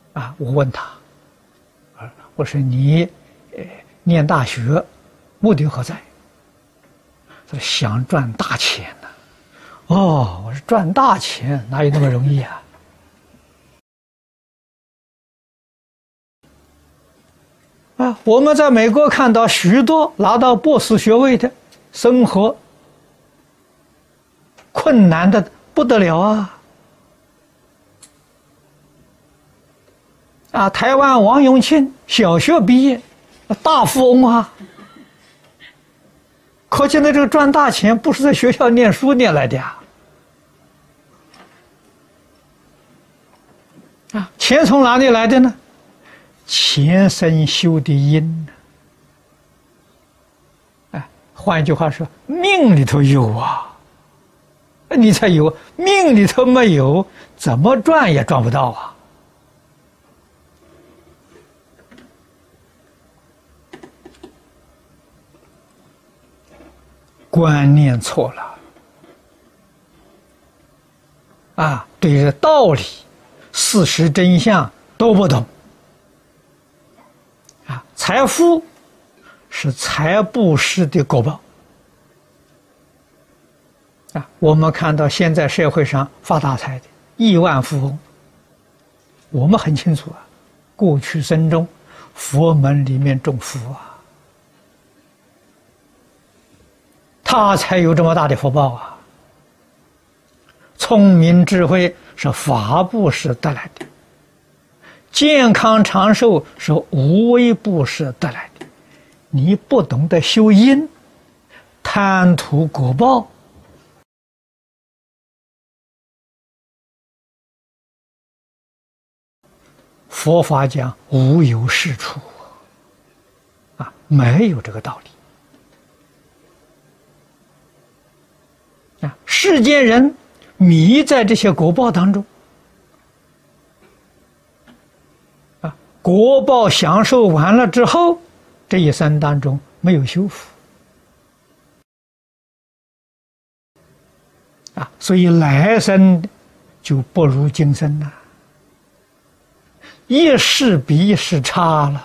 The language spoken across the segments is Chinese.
我问他，我说你念大学目的何在？他说想赚大钱呢。哦，我说赚大钱哪有那么容易啊？我们在美国看到许多拿到博士学位的，生活困难的不得了台湾王永庆小学毕业，大富翁啊！可见的这个赚大钱不是在学校念书念来的钱从哪里来的呢？前生修的因换一句话说，命里头有你才有，命里头没有，怎么赚也赚不到观念错了对这道理、事实真相都不懂财富是财布施的果报我们看到现在社会上发大财的亿万富翁，我们很清楚过去生中佛门里面种福他才有这么大的福报聪明智慧是法布施得来的，健康长寿是无为布施得来的。你不懂得修因，贪图果报，佛法讲无有是处没有这个道理世间人迷在这些果报当中果报享受完了之后，这一生当中没有修复所以来生就不如今生了，一世比一世差了。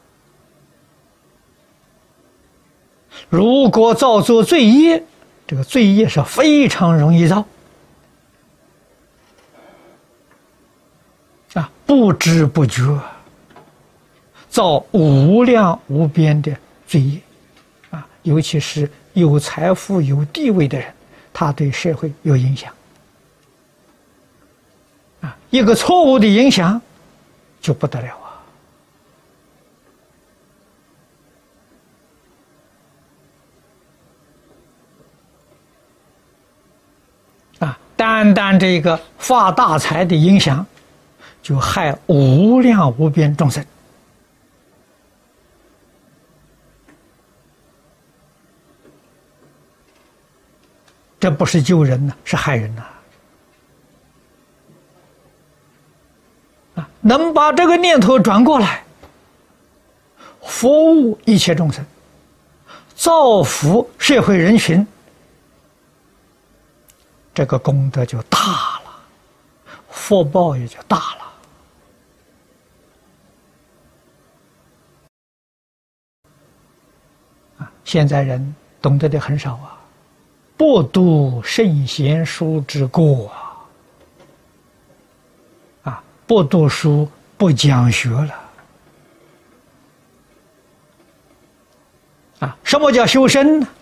如果造作罪业，这个罪业是非常容易造不知不觉造无量无边的罪业尤其是有财富有地位的人，他对社会有影响一个错误的影响就不得了单单这个发大财的影响，就害无量无边众生这不是救人是害人能把这个念头转过来，服务一切众生，造福社会人群，这个功德就大了，福报也就大了现在人懂得的很少不读圣贤书之过不读书不讲学了什么叫修身呢？